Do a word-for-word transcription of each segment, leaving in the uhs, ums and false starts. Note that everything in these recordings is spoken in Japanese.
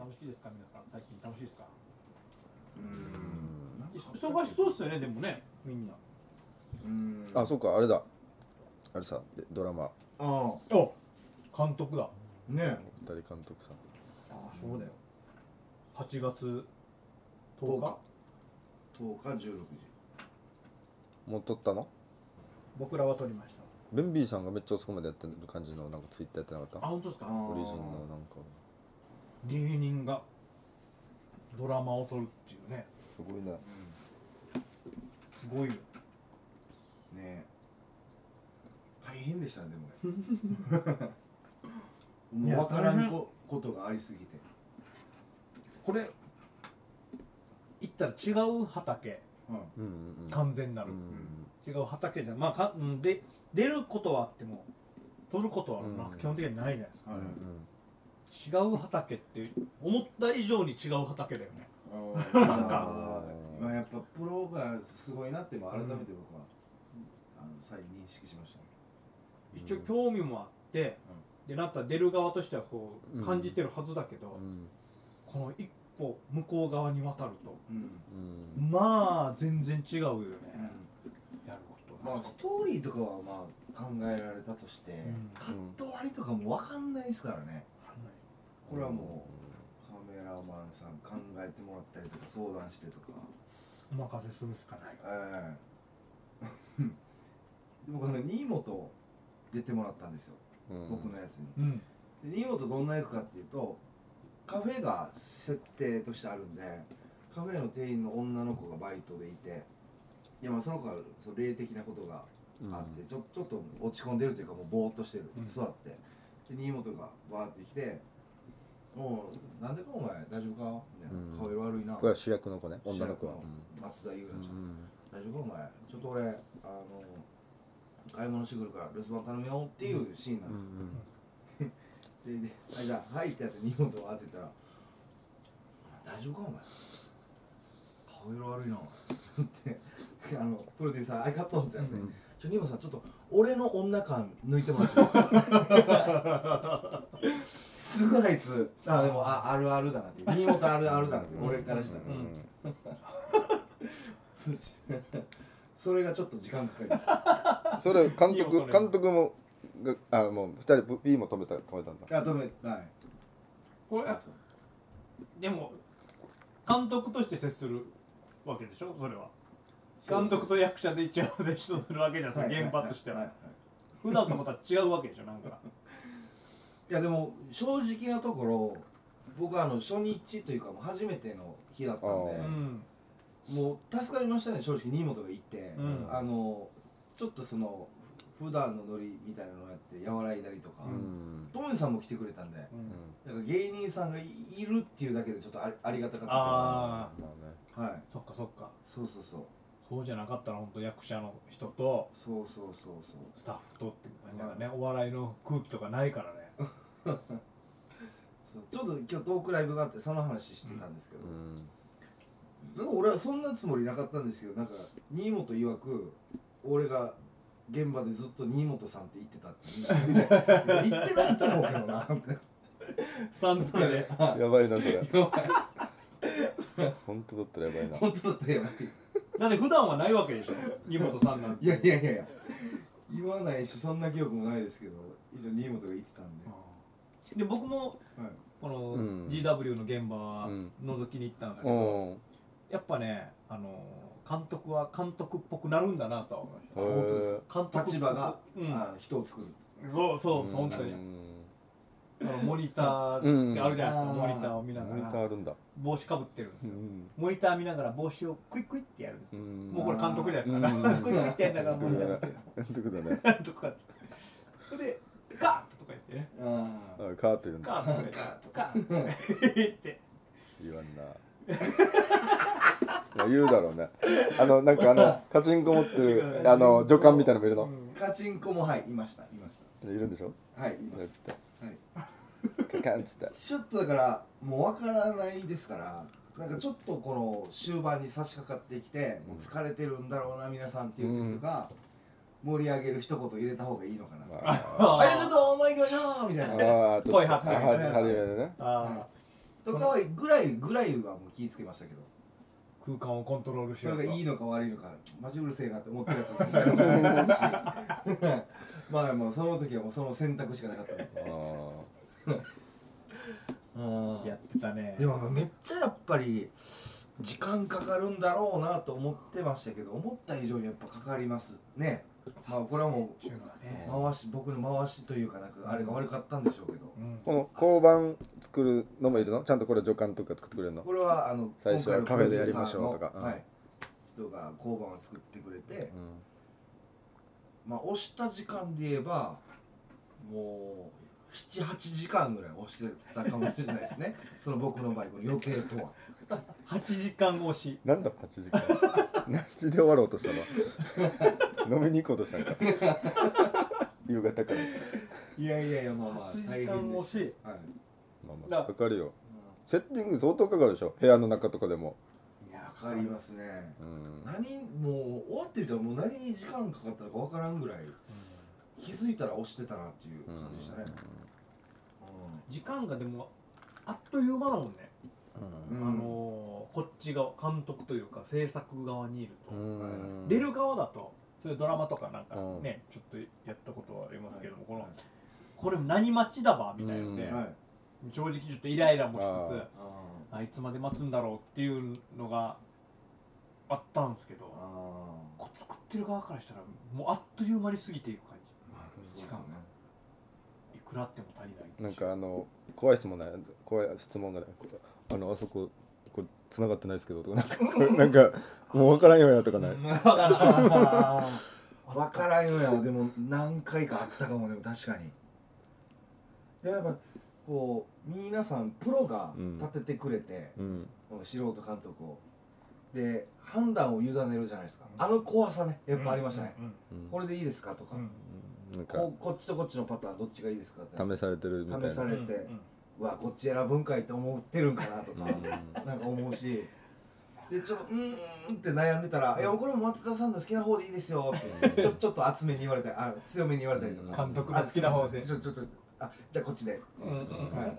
楽しいですか皆さん、最近楽しいですか？ うーん忙しそうですよね、でもね、みんな。 うーんあ、そうか、あれだあれさ、ドラマあお、監督だ。 あねふたり監督さんああそうだよはちがつとおとおかかとおかじゅうろくじもう撮ったの？ 僕らは撮りました。 ベンビーさんがめっちゃ遅くまでやってる感じのなんかツイッターやってなかった？ あ、本当ですか？ あーオリジンのなんか芸人がドラマを撮るっていうね、 すごいね。 すごいよ。 ねえ大変でしたねでもねもう分からんこことがありすぎてこれ言ったら違う畑、 うんうんうんうん完全なる、 うん違う畑じゃん、まあかんで出ることはあっても撮ることはな、 うん基本的にはないじゃないですか、 はいうん違う畑って思った以上に違う畑だよね。 なんかまあやっぱプロがすごいなっても改めて僕は、あの再認識しましたね一応興味もあって、でなったら出る側としてはこう感じてるはずだけど、 うんこの一歩向こう側に渡るとうんうんまあ全然違うよね、やることが。 まあストーリーとかはまあ考えられたとして、 んカット割りとかも分かんないですからねこれはもうカメラマンさん考えてもらったりとか相談してとかお任せするしかない。 ええでもこの新本出てもらったんですよ、 うん僕のやつにうんで新本どんな役かっていうとカフェが設定としてあるんでカフェの店員の女の子がバイトでいていやまあその子はその霊的なことがあって、 うんちょちょっと落ち込んでるというかもうぼーっとしてる、 うん座ってで新本がバーって来て「おうなんでかお前大丈夫か?」みたいな、 うん顔色悪いな」 これは主役の子ね、女の子は。 主役の松田優うん奈ちゃん、大丈夫かお前ちょっと俺あの買い物してくるから留守番頼むよっていうシーンなんですよ、でで「はいじゃあはい」ってやって荷物を当てたら「大丈夫かお前顔色悪いな」ってあのプロデューサー「アイカット」ってやって「ちょ荷物さんちょっと俺の女感抜いてもらっていいですか?」すぐあいつあでもああるあるだなっていう荷物あるあるだなっていう俺からしたら、そそれがちょっと時間かかりましたそれ監いいよ督監督もがあもう二人 B も止めた止めたんだ。 あ止めはいこれでも監督として接するわけでしょ、それは。監督と役者で一応接するわけじゃないですか、現場としては。 いいい普段とまた違うわけでしょ、なんか。 いやでも正直なところ僕はあの初日というかもう初めての日だったんであうんもう助かりましたね正直新本が行って、 うんあのちょっとその普段のノリみたいなのをやって和らいだりとか、 うんトムさんも来てくれたんで、 うんだから芸人さんがいるっていうだけでちょっとありありがたかったあまあね。 というかはいそっかそっか。 そうそうそうそうじゃなかったら本当役者の人とそうそうそうそうスタッフとっていう感じだね、お笑いの空気とかないからね。 そうちょっと今日トークライブがあってその話してたんですけど、 うんなんか俺はそんなつもりなかったんですけどなんか新本曰く俺が現場でずっと新本さんって言ってたってみんな言って言ってないと思うけどなってさん付けで。 やばいなそれ。 やばい本当だったらやばいな。 本当だったらやばいだって普段はないわけでしょ、荷本さんなんて。 いやいやいやいや言わないしそんな記憶もないですけど以上新本が言ってたんで、 で僕もはいこのうんジーダブリュー の現場はうん覗きに行ったんですけど、 うん。 やっぱね、あの監督は監督っぽくなるんだなとは思いました。 へー本当ですか監督っぽく立場が、 うん、 あ人を作るそうそうそう、本当にあのモニターってあるじゃないですか、 うんモニターを見なモニタがらーあるんだ。 帽子かぶってるんですよ、 うんモニター見ながら帽子をクイックイってやるんですよ、 うんもうこれ監督じゃないですか、 うんクイックイってやりながらモニター監督だね。 監督かそれでガッとか言ってね、 ああカート言うんだ。 ガッとか言ってガッとか言って言わんな。いや言うだろうね。あのなんかあのカチンコ持ってるあの助監みたいなのもいるの。 うんカチンコもはいいましたいましいるんでしょ。 たはいいまつっすてはいカカンっつって。 ちょっとだからもうわからないですからなんかちょっとこの終盤に差し掛かってきてもう疲れてるんだろうな皆さんっていう時とか盛り上げる一言入れた方がいいのかなあはいちょっとお前行きましょうみたいなあーちょっと声張ってあ張り張り目でね。 あとかはぐらいぐらいはもう気ぃつけましたけど、 空間をコントロールしそようとれがいいのか悪いのかマジうるせえなって思ってるやつもいると思いますしまあもうその時はもうその選択しかなかったんでああやってたね。 でもめっちゃやっぱり時間かかるんだろうなと思ってましたけど、思った以上にやっぱかかりますね。まあこれはもっていうのはね。 う回し僕の回しというかなんかあれが悪かったんでしょうけど、 うんこの交番作るのもいるの？ちゃんとこれ助監督が作ってくれるの？ これはあの最初は今回のカフェでやりましょうとかプロデューサーのはい人が交番を作ってくれて、 うまあ押した時間で言えばもうななはちじかんぐらい押してたかもしれないですねその僕の場合この予定とははちじかん押し。 ん、なんだはちじかん何時で終わろうとしたの？飲みに行こうとしたんか夕方から。 いやいやいやまあまあはちじかん大変で押し。 すはいまあまあだかかるよ。セッティング相当かかるでしょ、部屋の中とかでも。 いやかかりますね。 うん何もう終わってみたらもう何に時間かかったのかわからんぐらい気づいたら押してたなっていう感じでしたね。 時間がでもあっという間だもんね。 うんうんあのーこっち側監督というか制作側にいると、 うん出る側だとそういうドラマとかなんかうんね、ちょっとやったことはありますけども、このはいこれ何待ちだばみたいなので、 うんはい。 正直ちょっとイライラもしつつああいつまで待つんだろうっていうのがあったんですけど、 ああこう作ってる側からしたらもうあっという間に過ぎていく感あそうですよね。 じ、いくらあっても足りないなんかあの怖い質問ない、怖い質問がない、こうあのあそここれ繋がってないですけどとかなんかこれなんかもう分からんよやとかない、 うんわからんあーわからんよやでも何回かあったかも。でも確かにでやっぱこう皆さんプロが立ててくれて、 うんこの素人監督をで判断を委ねるじゃないですか。あの怖さねやっぱありましたね。 うんうんこれでいいですかとか、 うんなんかここっちとこっちのパターンどっちがいいですかって試されてるみたいな試されて、 うんうんうわこっち選ぶんかいって思ってるんかなとかなんか思うし、でちょっとうーんって悩んでたら「いやこれも松田さんの好きな方でいいですよ」ってちょちょっと厚めに言われたりあ強めに言われたりとか、 監督が好きな方であちょちょちょあじゃあこっちで、 うんうんうんはい、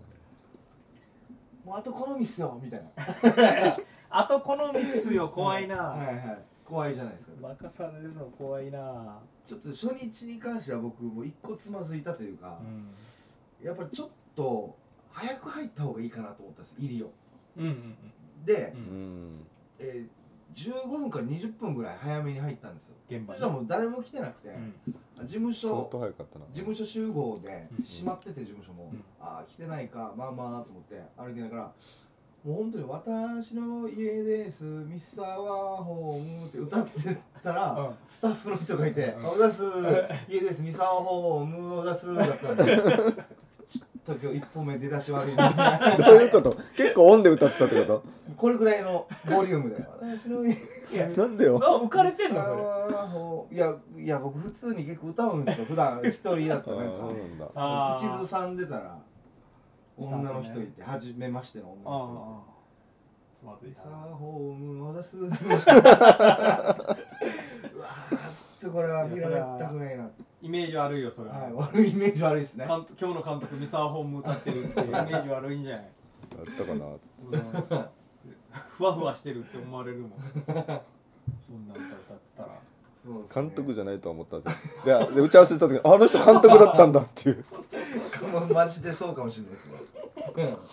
もうあと好みっすよみたいなあと好みっすよ怖いな、 はいはい怖いじゃないですか。 任されるの怖いな、 ちょっと初日に関しては僕もう一個つまずいたというか、 うんやっぱりちょっと早く入った方がいいかなと思ったんです入りを。 うんうんで、 ううんんえー、じゅうごふんからにじゅっぷんぐらい早めに入ったんですよ。 現場にそしたらもう誰も来てなくて、 うん事務相所当早かったな。 事務所集合でうん閉まってて事務所も、 うんああ来てないかまあまあと思って歩きながらもう本当に私の家ですミスターワーホームって歌ってたら、 うんスタッフの人がいてうん 「おだす家ですミスターワーホームおだす」だったんでちょっと今日一歩目出だし悪いなどういうこと？結構オンで歌ってたってここれぐらいのボリュームで私の家いやと？なんでよ。 あ浮かれてんのそれれいやいや僕普通に結構歌うんですよ普段一人だったあーらなんかそうなんだ。 あ口ずさんでたら女の人いて初めましての女の人いてああつまずいさたあホームを出すうわーずっとこれは見られたくないな、 イメージ悪いよそれは、 はい、悪いイメージ悪いですね監督今日の監督ミサーホーム歌ってるっていうイメージ悪いんじゃない、 あったかなつって。 うんふわふわしてるって思われるもんそんな歌歌ってたらそうですね監督じゃないとは思ったんですよ。でで打ち合わせした時にあの人監督だったんだっていう。 マジでそうかもしれないですね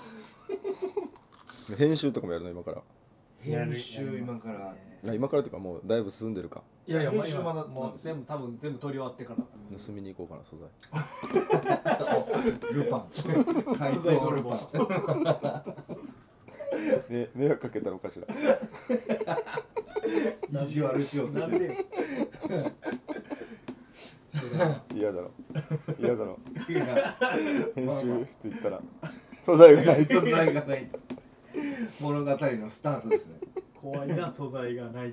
編集とかもやるの今から。 編集今からあ今からというかもうだいぶ進んでるか。 いやいや編集今まだもう全部多分全部取り終わってから盗みに行こうかな素材。 ルパン怪素材盗ル泥棒パンね迷惑かけたのかしら。 意地悪しようとしてるなんで嫌だろ。嫌だろ。 いや編集室行ったら素材がない。 素材がない物語のスタートですね怖いな素材がないって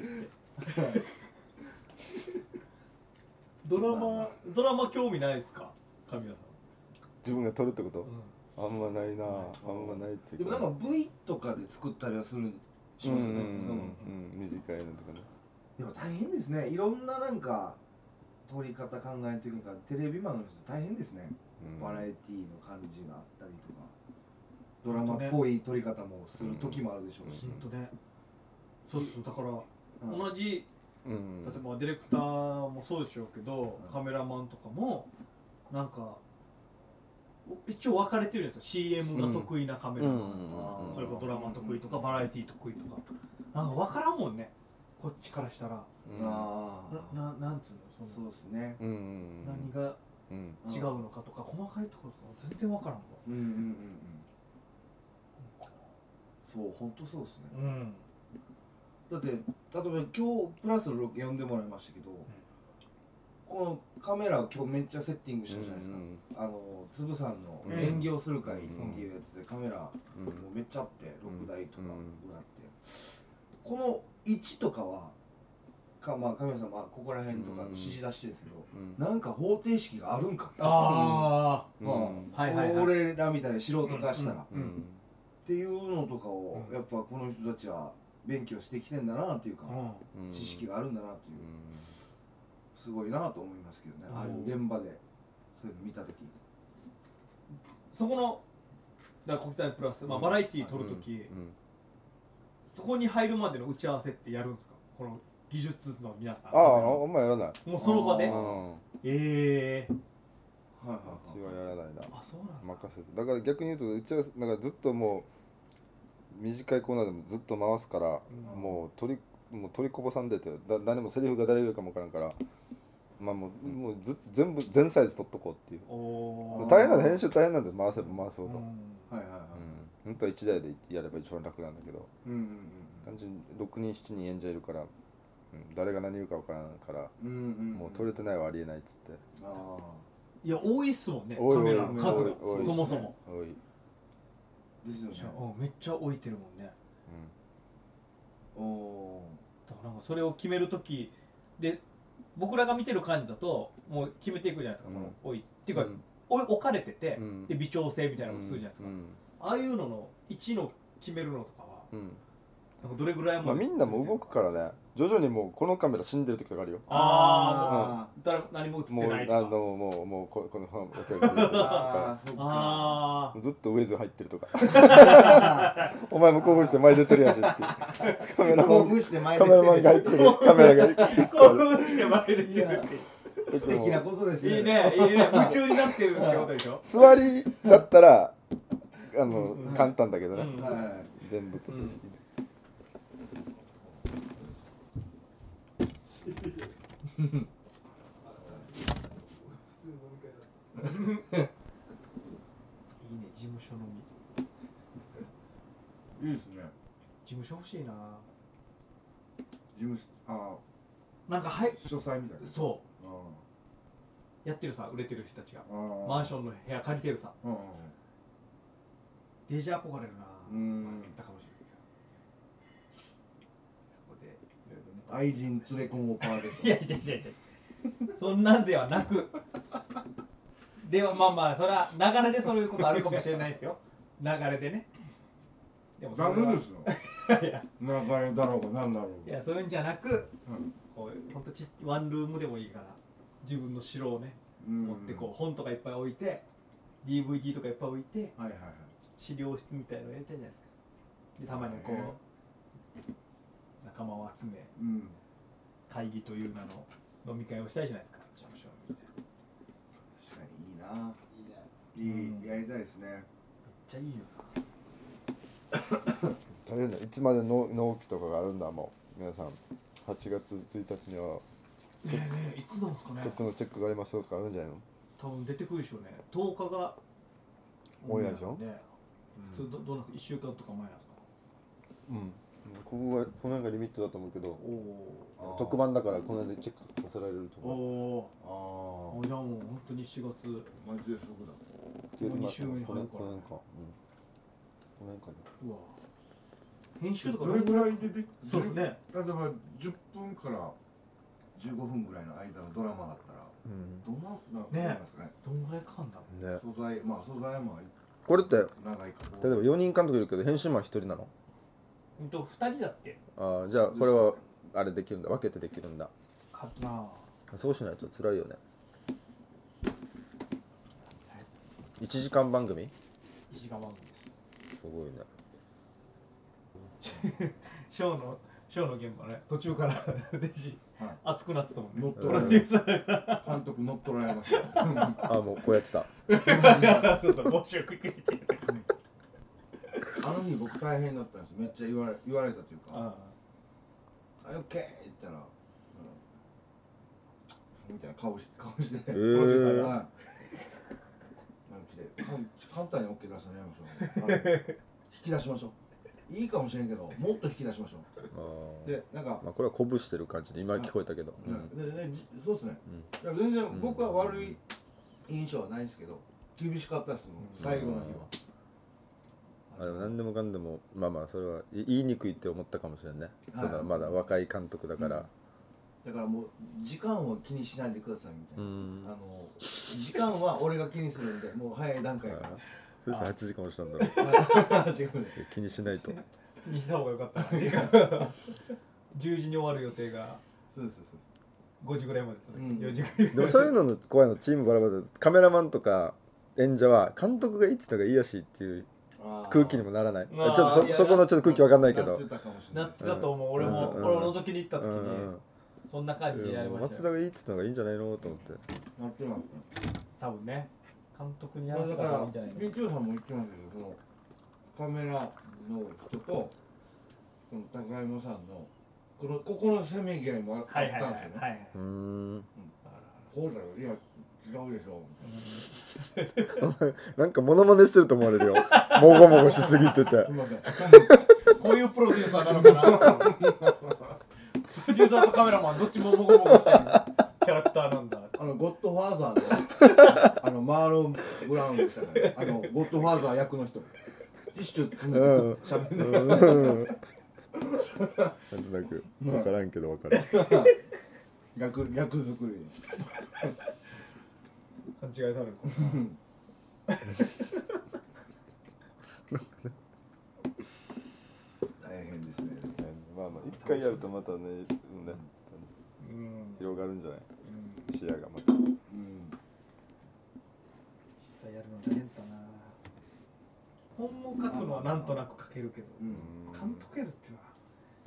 ドラマドラマ興味ないですか神谷自分が撮るってことさん、 あんまないなあんまないっていうでもなんか V とかで作ったりはするしますよね、そのうんうん短いのとかね。 でも大変ですねいろんななんか撮り方考えていくからテレビマンの人大変ですね、 うんバラエティーの感じがあったりとかドラマっぽい撮り方もする時もあるでしょうし、 ほんとね、そうそう、だからうん同じうん例えばディレクターもそうでしょうけど、 うんカメラマンとかもなんか一応分かれてるんですよ。 シーエム が得意なカメラマンとか、 うんそれからドラマ得意とかバラエティ得意とか、なんか分からんもんね、こっちからしたら。 うんああなななんつうの、そのそうですね。 うんうん何がうん違うのかとか、細かいところとか全然分からんもん。 うんうんうんうん。そう本当そうですね。 うんだって例えば今日プラスの呼んでもらいましたけど、このカメラを今日めっちゃセッティングしたじゃないですか。あのつぶさんのうん演技をする会っていうやつでカメラもうんうめっちゃあってろくだいとかうんぐらいあって、この位置とかはかまあカメラさんまあここら辺とか指示出してるんですけど、 うんなんか方程式があるんか。 あうんまあはいはいはい俺らみたいな素人化したら、 うんっていうのとかをうんやっぱこの人たちは勉強してきてんだなっていうか、 あ、うんうん知識があるんだなっていう、すごいなと思いますけどね、 うんああいう現場でそういうの見た時。 そこのだから国際プラス、まあ、バラエティー撮るとき、 うんそこに入るまでの打ち合わせってやるんですか、この技術の皆さん。 あああんまやらないもうその場であーうんええはいはいはうちはやらないなあ、そうなんだ。 任せてだから逆に言うとうちはなんかずっともう短いコーナーでもずっと回すから、 うんもう取りもう取りこぼさんでてだ誰もセリフが誰言うかもわからんからまあもうもうず全部全サイズ取っとこうっていうおー大変なんで編集大変なんで回せば回すほど、うんうんいはいはいはい。 本当はいちだいでやれば一番楽なんだけどうんうん単純にろくにんしちにん演者いるから、うん、誰が何言うかわからんから、 うんうんうん。 もう撮れてないはありえないっつってあいや、多いっすもんね、カ多いメラ多いの数が、 多いそもそも。 おい、 あですよね。 うん、めっちゃ置いてるもんね。 おおだからなんかそれを決めるときで、僕らが見てる感じだと、もう決めていくじゃないですか、 うんこの置いっていうか、 うんおい置かれてて、 うんで微調整みたいなのをするじゃないですか。 うんああいうのの位置の決めるのとかは、 うんうんなんかどれぐらいもまあ、みんなも動くからね徐々にもうこのカメラ死んでる時とかあるよああ、誰何も映ってもうないとか。 あのもうもうここのこのこー。ああそっか。 あずっとウェズ入ってるとかお前も興奮して前出てるやしっていうカメラマ興ン奮して前カメラマンが出てる一個でカメラが一あ、 個興奮して前で出てるっていう。 し。素敵なことですね。 いいね、いいね、夢中になってるってことでしょ。 座りだったらあの、 うん簡単だけどね、 うんはいはい。 全部とか、 うんいいね、事務所のみ。 いいですね。 事務所欲しいな。 事務所あなんかはいあ、書斎みたいな。 そあうやってるさ、売れてる人たちがあ。ああ。 マンションの部屋借りてるさ、 うんうんデージ憧れるな。 うん前も言ったかもしれないけど。そこでいろいろね。 愛人連れ込もうパーでしょ。 いやいやいやいや、そんなんではなく、でもまあまあ、それは流れでそういうことあるかもしれないですよ。流れでね。でもそれはダメですよ。 いや流れだろうが何だろうが。 いや、そういうんじゃなく、 うんこうほんとちワンルームでもいいから、自分の城をね、 うん持ってこう本とかいっぱい置いて、ディーブイディー とかいっぱい置いて、 はいはいはい。 資料室みたいのやりたいじゃないですか。で、たまにこへう、仲間を集め、 うん。 会議という名の飲み会をしたいじゃないですか、事務所みたいな。 確かにいいな。いい、 うんやりたいですね。 めっちゃいいよ大変だいつまで納納期とかがあるんだもう皆さんはちがつついたちにはな。ねえねえ、いつなんですかね。 曲のチェックがありますよとかあるんじゃないの多分出てくるでしょうね。とおかがオンエアでしょね、普通どどうなんですか、いっしゅうかんとか前なんですか。 うんここがこの辺がリミットだと思うけどおあー特番だからこの辺でチェックとかさせられるとお思うおあー、じゃあもう本当にしがつ、 あ、マジですぐだ。 もうに週目にこの入るから辺かうんこの辺かねうわ編集とかどれぐらいででそうですね。 例えばじゅっぷんからじゅうごふんぐらいの間のドラマだったらうんどんななねなんですかね。 どんぐらいかかんだろう。 ね素材まあ素材もこれって長いか例えばよにん監督いるけど編集マンひとりなのうんとふたりだっけ。 ああじゃあこれはあれできるんだ分けてできるんだかな。 そうしないと辛いよねいちじかん番組いちじかん番組です。 そごいね。 ショーのショーの現場ね、途中からデジ、 はい、 熱くなってたもんね。 乗っ取プロられまデューサーした監督乗っ取られましたあもうこうやってた。 そうそう、募集クイックって言って。 あの日僕大変だったんですよ。めっちゃ言われ言われたというか、 ああ、オッケーって言ったら、うん、みたいな顔し顔して、 えプロデューサーー、 がはい。なんか来て、かん簡単にオッケー出すのやめましょう。はい引き出しましょう。いいかもしれんけど、もっと引き出しましょあう。で、なんか、 まあこれは鼓舞してる感じで今聞こえたけど。うんうんででじそうですね。 うんいや全然僕は悪い印象はないんですけど、厳しかったですもん、最後の日は。 あでも何でもかんでもまあまあそれはい言いにくいって思ったかもしれんね、 はいそのまだ若い監督だから。 だからもう時間を気にしないでくださいみたいな。 うんあの時間は俺が気にするんで、もう早い段階から。 そしてはちじかんもしたんだろう。 違うね。 気にしないと。 にした方がよかったな。じゅうじに終わる予定がそうですそうです。 ごじぐらいまでだったうんよじぐらい。 でもそういうのの怖いのチームバラバラでカメラマンとか演者は監督がいいって言った方がいいやしっていう空気にもならない。ちょっとそいやそこのちょっと空気わかんないけどなって。たかもしれないなってたと思う。俺もうん俺を覗きに行った時うんうにんそんな感じでやりましたよ。 松田がいいって言った方がいいんじゃないのと思って。 なってますね。 多分ね、監督にやまあだかららせた方がいいんじゃないの。 みきおさんも言ってますけど、そのカメラの人とその高山さんのこのここのせめぎ合いもあったんはいはいはいですよね。 はい。 うーん。 こうだよ、いや違うでしょ。 なんかモノマネしてると思われるよ。もごもごしすぎてて。 すみません。 こういうプロデューサーなのかな。プロデューサーとカメラマンどっちもモゴモゴしてるキャラクターなんだ。 あのゴッドファーザーのあのマーロン・ブラウンでしたね。あのゴッドファーザー役の人。ティッシュ詰めてしゃべる。 うんなんとなく分からんけど分かる。 逆逆作り。 勘違いされるか大変ですね。 まあまあ一回やるとまたね、ねうん広がるんじゃないうん視野がまた。 うん。 実際やるの大変だな。本も書くのはなんとなく書けるけど、 うん監督やるっていうのは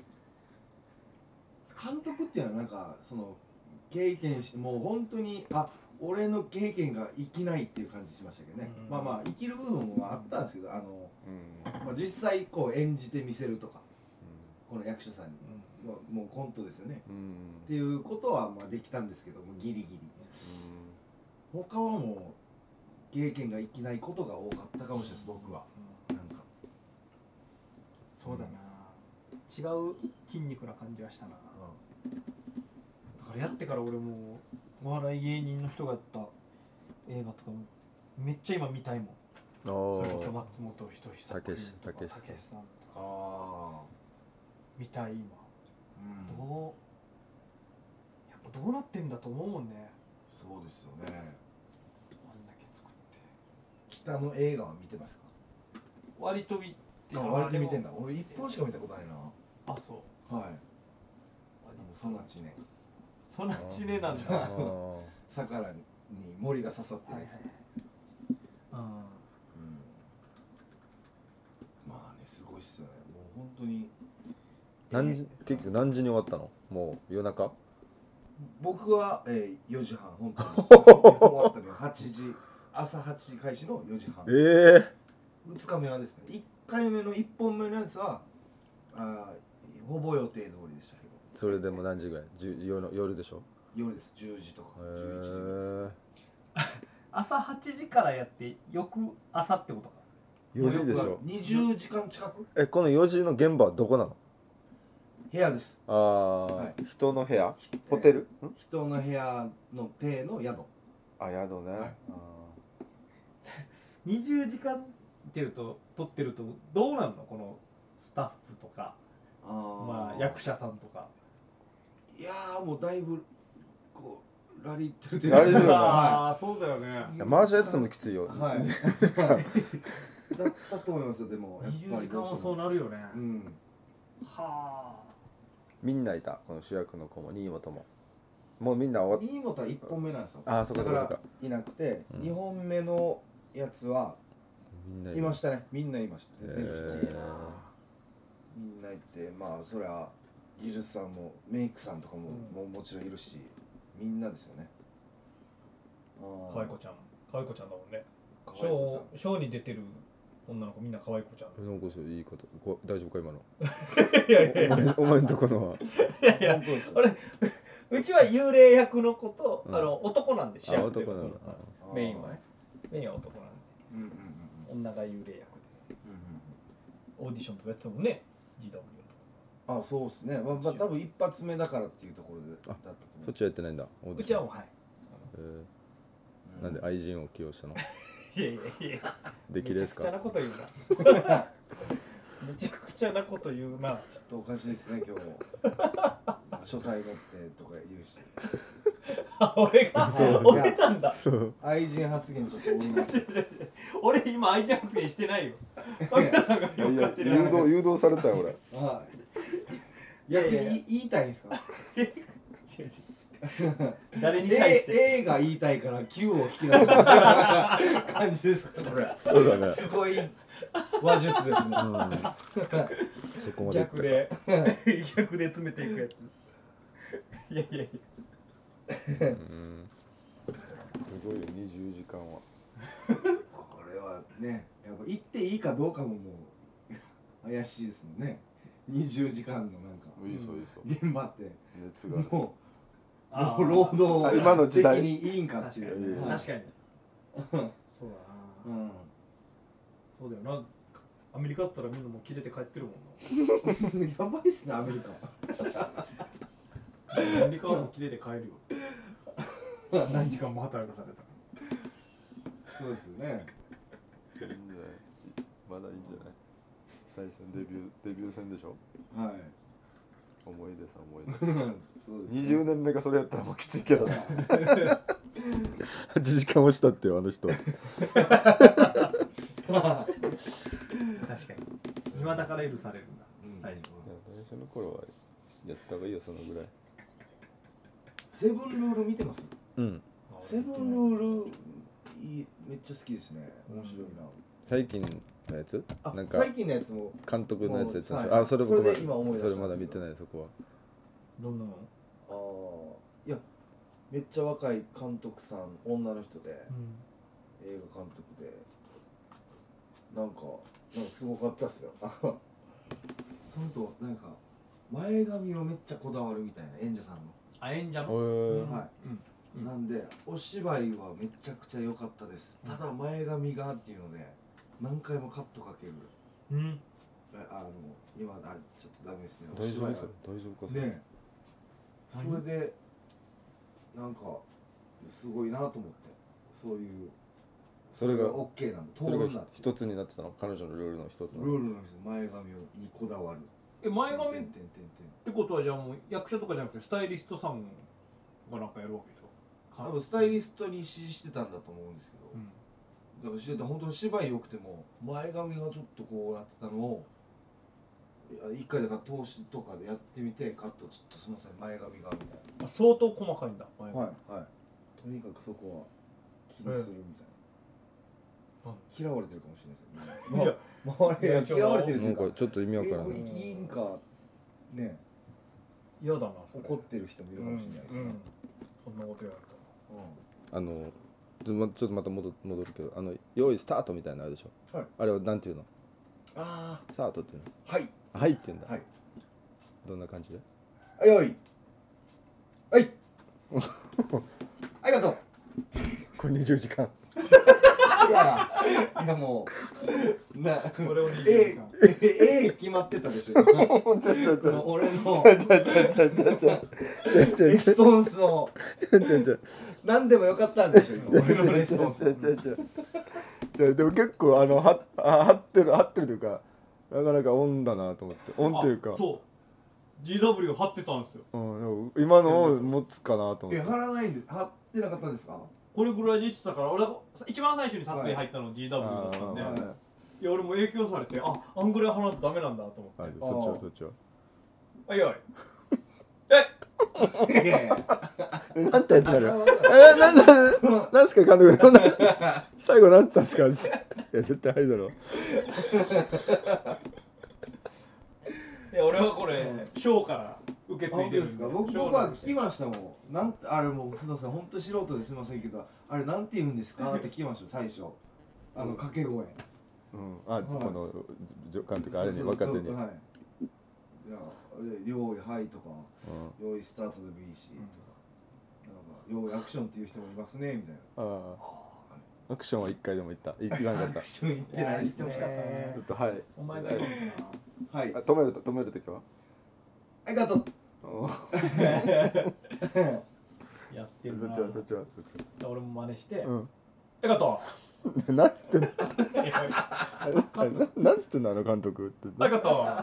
監督っていうのはなんかその経験してもう本当にあ俺の経験が生きないっていう感じしましたけどね、 うんまあまあ生きる部分もあったんですけど、あの、 うんまあ、実際こう演じてみせるとかこの役者さんに、 うまあ、もうコントですよねうんっていうことはまあできたんですけどもギリギリ他はもう経験が生きないことが多かったかもしれないです僕はうんなんかそうだな、違う筋肉な感じはしたな。だからやってから俺もうお笑い芸人の人がやった映画とかもめっちゃ今見たいもん。それこそあ松本人志作品とかたけしたけしけしさんとかあ見たい今。 あうんどうやっぱどうなってんだと思うもんね。 そうですよね。 あんだけ作って北の映画は見てますか？ 割と見てあ割と見てんだ。俺一本しか見たことないな。 あ、そうはい。あのソナチネ。 そなちねなんだ。 あは魚に森が刺さってるやつ。 いはい。うん。 うん。まあねすごいっすよね。もう本当に。 何時結局何時に終わったの？もう夜中？ 僕は、えー、よじはん本当に終わったのよはちじ朝はちじ開始のよじはん。 ええふつかめはですねいっかいめのいっぽんめのやつはあほぼ予定通りでしたけどそれでも何時ぐらい？じゅ夜の夜でしょ？ 夜ですじゅうじとかへじゅういちじぐらいです。 え朝はちじからやって翌朝ってことか。 よじでしょ？ にじゅうじかん近くえこのよじの現場はどこなの？ 部屋です。 ああ、 はい人の部屋？ホテル？ん？ 人の部屋の邸の宿。 あ宿ね。 はいあにじゅうじかんってると撮ってるとどうなるのこのスタッフとかあまあ役者さんとか。 いやーもうだいぶこうラリってるというラリるよねはああそうだよね。 いやマーシャやっててもきついよ。 い、はい、だったと思いますよ。でもやっにじゅうぱりじかんはそうなるよね。 うんはあ。 みんないたこの主役の子も新本も。もうみんな終わっ新本はいっぽんめなんですよ。 あーそっかそっかそっかだらいなくて、 うんにほんめのやつはみんないいましたね、みんないましたね、 へーテニスとみんないて、まあそれは技術さんもメイクさんとかも、 うんももちろんいるし、みんなですよね。あ可愛い子ちゃん可愛い子ちゃんだもんね。 可愛いショ子ーショーに出てる女の子みんな可愛い子ちゃん。 なんかそういいことこ大丈夫か今のいやいやいやお前お前んとこのはいやいやちゃん本当ですよ。 俺うちは幽霊役の子と、 うんあの男なんで主役というかあ男なのそのメインはねメインは男なんでうんうんうん女が幽霊役でうんオーディションとかやってたもんね ジーダブリュー とかうん。あ、そうですね。まあ、まあ、多分一発目だからっていうところでだったと思います。 そっちはやってないんだオーディションうちはもうはいえーうなんで愛人を起用したのいやいやいや出来レースめちゃくちゃなかこと言うなめちゃくちゃなこと言うなちょっとおかしいですね、今日も。書斎乗ってとか言うし。 あ俺がそう俺なんだそう愛人発言ちょっと多いな。 俺今愛情発言してないよ秋田さんがよくいや勝手に誘導誘導されたよ俺はい。 いやいや逆に言い言いたいんですか。 違う違う誰に対して A, A が言いたいから Q を引き出すみたいな感じですかこれ。 そうだねすごい話術ですね。 うんそこまでいったか逆で逆で詰めていくやついやいやいやうんすごいよにじゅうじかんはこれはね、やっぱ行っていいかどうかももう怪しいですもんね。にじゅうじかんのなんかいいそういいそう現場って熱があるもうあもう労働今の時代的にいいんかって確かにいう。 はい確かにそうだなうん。 そうだよなアメリカだったらみんなもう切れて帰ってるもんなやばいっすね、アメリカ。 アメリカはもう切れて帰るよ何時間も働かされたらそうですよね。 いいんじゃないまだいいんじゃない最初のデビューデビュー戦でしょはい。 思い出さ思い出そうですね。 にじゅうねんめがそれやったらもうきついけどなはちじかん押したってよあの人確かに今だから許されるんだ、 うん最初いや最初の頃はやった方がいいよそのぐらいセブンルール見てます？ うんセブンルールいいめっちゃ好きですね。面白いな。 最近のやつあ、 なんか最近のやつも監督のやつやってたでしょ、 はいあそれ僕それで今思い出したそれまだ見てないそこはどんなの、 ああいやめっちゃ若い監督さん女の人で映画監督でなんかなんかすごかったっすよ。それとなんか前髪をめっちゃこだわるみたいな演者さんの。 あ演者の、 へーうんはいうんなんでお芝居はめちゃくちゃ良かったです。ただ前髪がっていうので何回もカットかける。 うんあの今あちょっとダメですね。 大丈夫ですおよ大丈夫か芝居はねえ。そ何れでなんかすごいなと思ってそういうそれがオッケーなんだ。 それが通るんだって一つになってたの彼女のルールの一つなのルールの前髪にこだわる。 え前髪ってんてんてんてんてことはじゃあもう役者とかじゃなくてスタイリストさんがなんかやるわけでしょ多分スタイリストに指示してたんだと思うんですけど、 うんだからしてた本当に芝居良くても前髪がちょっとこうなってたのをいや一回だから投資とかでやってみてカットちょっとすみません前髪がみたいあ相当細かいんだ前な。 髪、 はいはい。とにかくそこは気にするみたいな。 うん嫌われてるかもしれないいやですよ。ま周りが嫌われてるとないかうんか。 ちょっと意味わえからんこれいいんかね嫌だなそれ怒ってる人もいるかもしれないですね。 うんうんそんなことやるとあのちょまちょっとまた戻戻るけどあの用意スタートみたいなのあるでしょ、 はいあれはなんていうのあスタートっていうのあはいはいって言うんだ、 はいどんな感じではいおいはいありがとう。 これにじゅうじかんいやいやもうなそれをにじゅうじえかんええ決まってたでしょ。 ちょちょちょ俺のちょちょちょちょちょちょレスポンスをちょちょちょ何でもよかったんでしょ。俺のレスポンス。 ちょちょちょちょでも結構あのはあ張ってる張ってるというかなかなかオンだなと思ってオンというかあそう ジーダブリュー 張ってたんですようん、でも今のを持つかなと思えって貼らないんで貼ってなかったんですか。 これぐらいで言ってたから俺一番最初に撮影入ったの ジーダブリュー だったんで、 あーはいいや俺も影響されてああんぐらい払わないとダメなんだと思ってはい、そっちはそっちははいはいえいやいやいやなんてやってなるよえー、なんだなんすか監督どんなんすか最後なんて言ったんすかいや絶対はいだろいや俺はこれショーから受け継い本当でるんですか僕僕は聞きましたもんなんあれもう須藤さん本当素人ですいませんけどあれなんて言うんですかって聞きました最初あの掛け声うんあ、 はいこの助監督あれに分かってんねはいじゃあ用意はいとかうん用意スタートでもいいし、とかなんか用意アクションっていう人もいますねみたいなああアクションは一回でも言った言言わなかったアクション言ってないですねいや言ってほしかったねちょっとはいお前が言うのかはいあ止める止めるときはありがとうおなやってるなそっちはそっちはそっち俺も真似してはありがとうんなんつってんのういやあれななんつってんのあの監督ってありがとあ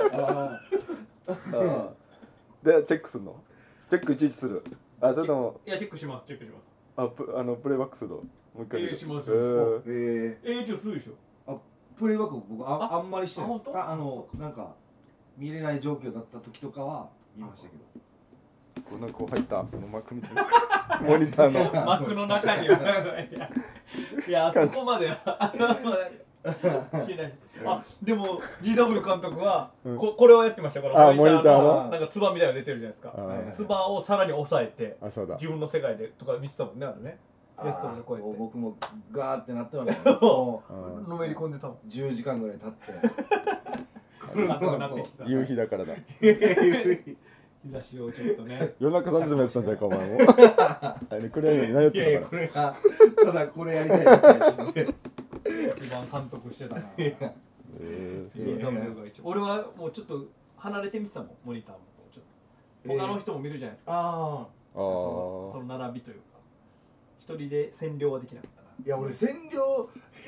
あでチェックするのチェックいちいちするあそれともういやチェックしますチェックしますあプあのプレイバックするのもう一回えーしますよえーええー、じゃあするでしょー、あプレイバック僕あああんまりしてないですあ本当ああのなんか見れない状況だった時とかは見ましたけどこんなこう入ったこの幕みたいなモニターの幕の中にはいやいやあそこまではあのしないあでも ジーダブリュー 監督は、 うんここれをやってましたからあモニターのなんかつばみたいなの出てるじゃないですかあーつばをさらに抑えてあそうだ自分の世界でとか見てたもんねあれねあやってたもんねこうやってー僕もガーってなってましたねもううんのめり込んでたもんじゅうじかんぐらい経って監督になってきた夕日だからだ日差しをちょっとね夜中さんじでもやってたんじゃないかお前もあれ暗いのに何やっいやいやてこれがただこれやりたいだけやしので一番監督してたなえー、すごいジーダブリュー が一応俺はもうちょっと離れて見てたもんモニターもちょっと他の人も見るじゃないですか、 あああそのその並びというか一人で占領はできなかったないや俺占領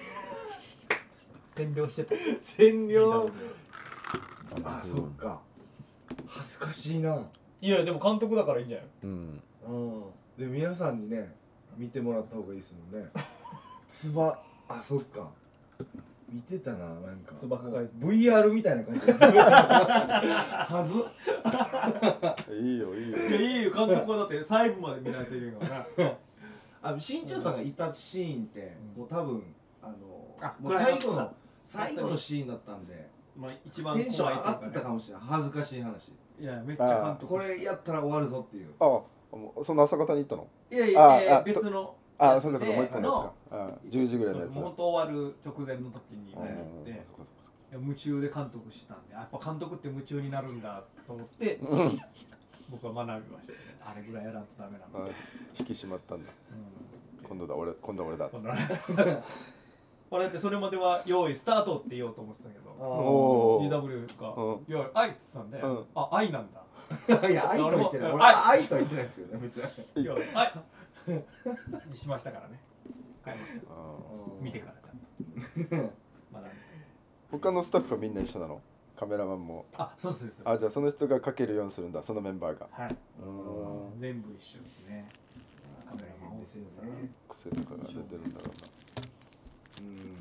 占領してた占領ジーダブリューあそっか恥ずかしいないやでも監督だからいいんじゃないうんうんで皆さんにね見てもらった方がいいですもんねつばあそっか見てたななんかつば抱えてブイアール みたいな感じはずいいよいいよいやいいよ監督はだって細部まで見られてるからなあ新庄さんがいたシーンって、 うんもう多分あのあもう最後の最後のシーンだったんでまあ一番テンション上がってた怖いというかねかもしれない恥ずかしい話いやめっちゃ監督これやったら終わるぞっていうあもうその朝方に行ったのいやいやいやああ別のあそうかそうかもう一本のやつのかあじゅうじぐらいのやつだそうそう本当終わる直前の時にうんやっていやそっかそっかそっか夢中で監督したんでやっぱ監督って夢中になるんだと思って僕は学びましたねあれぐらいやらんとダメなのあ引き締まったんだうん今度だ俺今度は俺だっつってこんな俺だってそれまでは用意スタートって言おうと思ってたけどおージーダブリュー がうん 「用意愛」って言ってたんでうんあ愛なんだいや愛と言ってない俺も俺は愛とは言ってないですよね別に用意愛にしましたからね買いましたあ見てからちゃんとまだー他のスタッフはみんな一緒なのカメラマンもあそうですそうですあじゃあその人がかけるようにするんだそのメンバーがはいうん全部一緒ですねカメラマンですよさね癖とかが出てるんだろうん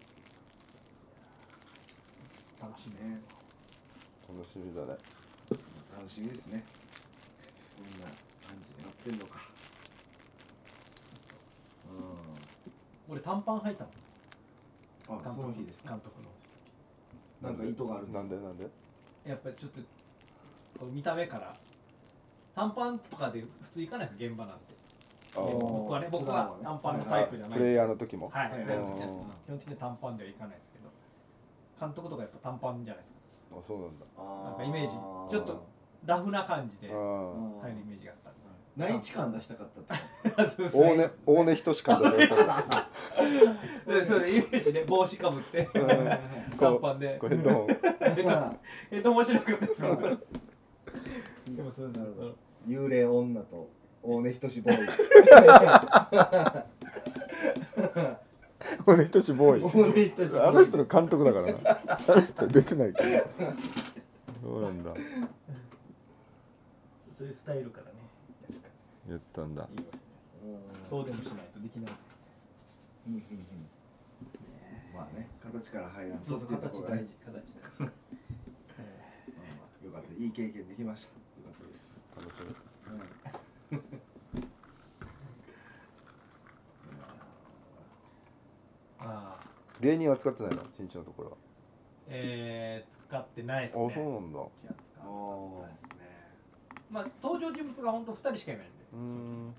楽しみですねうな楽しみだね楽しみですねこんな感じでやってんのか俺短パン履いたのうんあその日ですか監督のなんか意図があるんですかなんでなんでやっぱりちょっとこう見た目から短パンとかで普通行かないです現場なんてあー僕はね僕は短パンのタイプじゃないプレイヤーの時もはい、 はい基はい本的に短パンでは行かないですけど監督とかやっぱ短パンじゃないですかあそうなんだあなんかイメージちょっとラフな感じであー入るイメージがあったん内地感出したかったってでそう大根大根仁しか出せなでそうでイメージね帽子かぶって短パンでこうヘッドホンえっと面白かったですでもそうですなるほど幽霊女と大根仁ボーイ大根仁ボーイ大根仁ボーイあの人の監督だからなあの人は出てないからそうなんだそういうスタイルからね言ったんだいいわそうでもしないとできないうんうんうんまあね形から入らんとそうそうっていうところがね形大事形大事まあまあよかったいい経験できましたよかったです楽しする。 ああ芸人は使ってないの新地のところは。 えー、使ってないですね。 あ、そうなんだ。 いや使わないですね。まあ登場人物が本当ふたりしかいないんで。 うーん。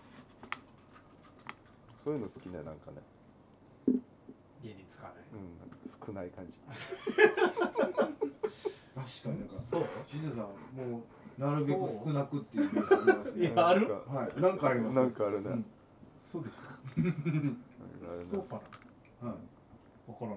そういうの好きね、なんかね。 芸人使わない。 うん、なんか少ない感じ。 確かになんかそう。 新庄さんもうなるべく少なくっていうイメージありますね。 いやある。 はい、なんかあります。 なんかあるね。 うんそうでしょ。 あるねそうかな。 はい。 わからんな。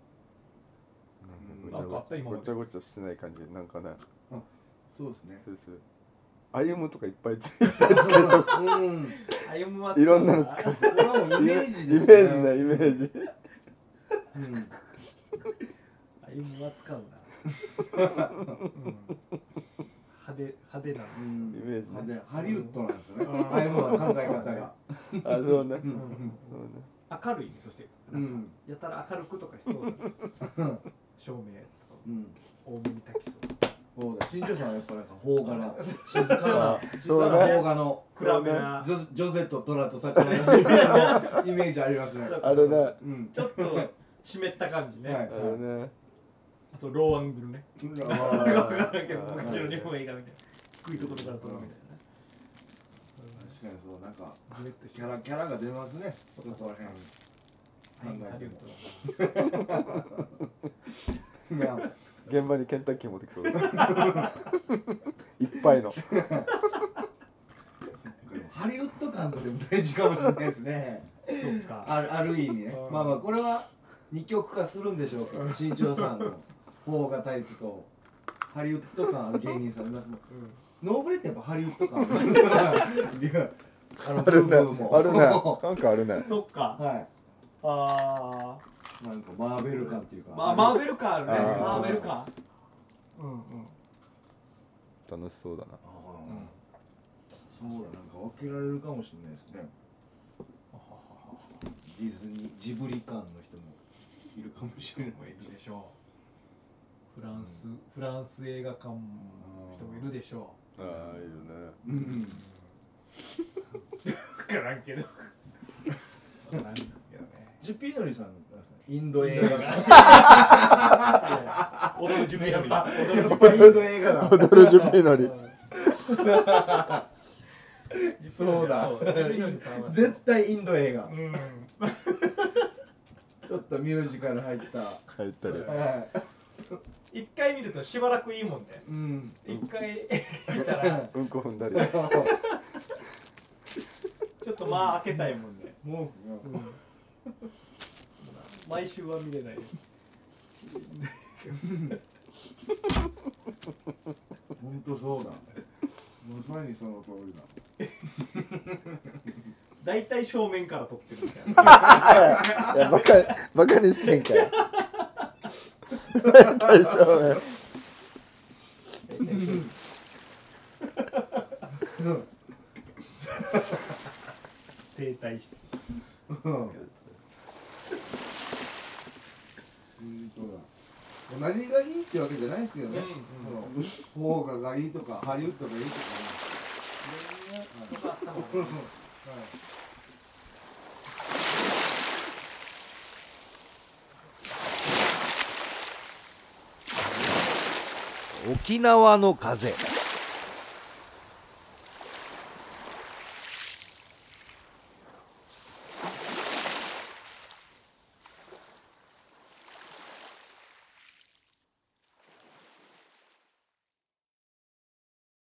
なんかなんかあった今までごちゃごちゃしてない感じ、なんかね。 そうですね。 そうそう。歩むとかいっぱいついてる。 うん。 歩むはいろんなの使う。 これはもうイメージイメですね。 ージね、イメージ。 うん。 歩むは使うな。うん、派手派手な。 うんイメージねでハリウッドなんですよね。 うんああいうのは考え方が。 あ、そうね。そうね。 明るいそしてうん。 やたら明るくとかしそうだね。照明とかうん。 多めに焚きそう。 そうだ。新庄さんはやっぱなんか邦画な静かな静そうねかな邦画の暗めなジョジョゼとトラと魚のシリーズのイメージありますね。 あるね。 うん。 ちょっと湿った感じね。 はいあるね。 あとローアングルね。 あわからんけどあー昔の日本映画みたいな低いところから撮るみたいな。 確かにそうなんかずれっとキャラキャラが出ますね。そこら辺。 ハリウッドだないや。 現場にケンタッキー持ってきそうです。いっぱいの。 ハリウッド感とでも大事かもしれないですね。 そっか。 あるある意味ね。 うんまあまあこれは二極化するんでしょうけど、新庄さんの邦画タイプとハリウッド感ある芸人さんいますもん。 うんノーブレってやっぱハリウッド感ありますよね。あのあるね。 部分もあるね。なんかあるね。 そっか。 はあい。なんかマーベル感っていうか。 あ。まあマーベル感あるね。 あーマーベル感。うんうん。 楽しそうだな。 あーそうだなんか分けられるかもしれないですね。ディズニージブリ感の人もいるかもしれない。 もいるでしょう。フランスフランス映画館の人もいるでしょああ、いいよね。 うんう。分からんけど。分からんけどね。 ジュピーノリさんインド映画だ。 踊る準備やっぱ踊るやっぱインド映画だ。 踊る準備のり。 そうだジュピノリさんは絶対インド映画。 うん。 ちょっとミュージカル入った。 入ったり。 はい。 一回見るとしばらくいいもんね。 うん。 一回見たらうんこ踏んだり。 ちょっと間開けたいもんね。 もう毎週は見れない。 本当そうだ。まさにその通りだ。 だいたい正面から撮ってるみたいな。 いや、バカ、バカにしてんかよ。大丈夫。 整体して。 うん何がいいってわけじゃないですけどね。その邦画がいいとかハリウッドがいいとかね。 沖縄の風